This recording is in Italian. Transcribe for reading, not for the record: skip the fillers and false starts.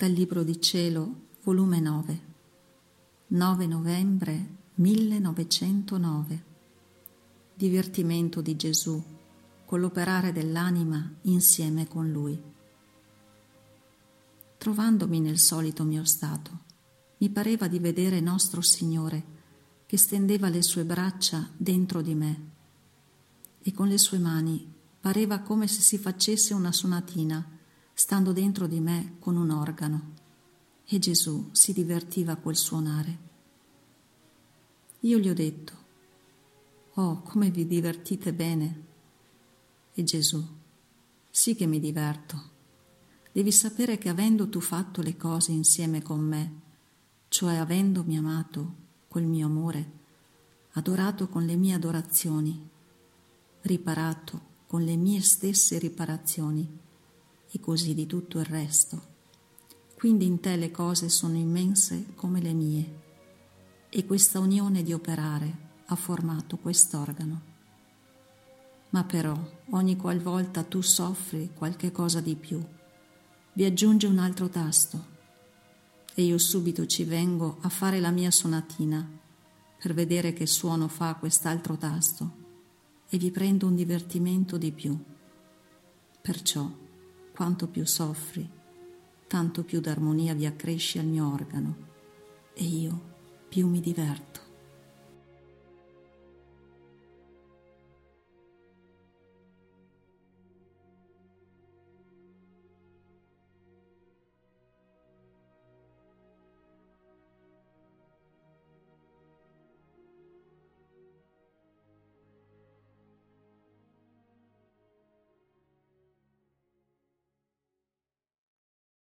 Dal Libro di Cielo, volume 9, 9 novembre 1909. Divertimento di Gesù con l'operare dell'anima insieme con Lui. Trovandomi nel solito mio stato, mi pareva di vedere nostro Signore che stendeva le sue braccia dentro di me e con le sue mani pareva come se si facesse una sonatina stando dentro di me con un organo, e Gesù si divertiva col suonare. Io gli ho detto: «Oh, come vi divertite bene!» E Gesù: «Sì che mi diverto. Devi sapere che avendo tu fatto le cose insieme con me, cioè avendomi amato col mio amore, adorato con le mie adorazioni, riparato con le mie stesse riparazioni, e così di tutto il resto. Quindi in te le cose sono immense come le mie, e questa unione di operare ha formato quest'organo. Ma però ogni qualvolta tu soffri qualche cosa di più, vi aggiunge un altro tasto, e io subito ci vengo a fare la mia sonatina per vedere che suono fa quest'altro tasto, e vi prendo un divertimento di più. Perciò quanto più soffri, tanto più d'armonia vi accresce al mio organo, e io più mi diverto».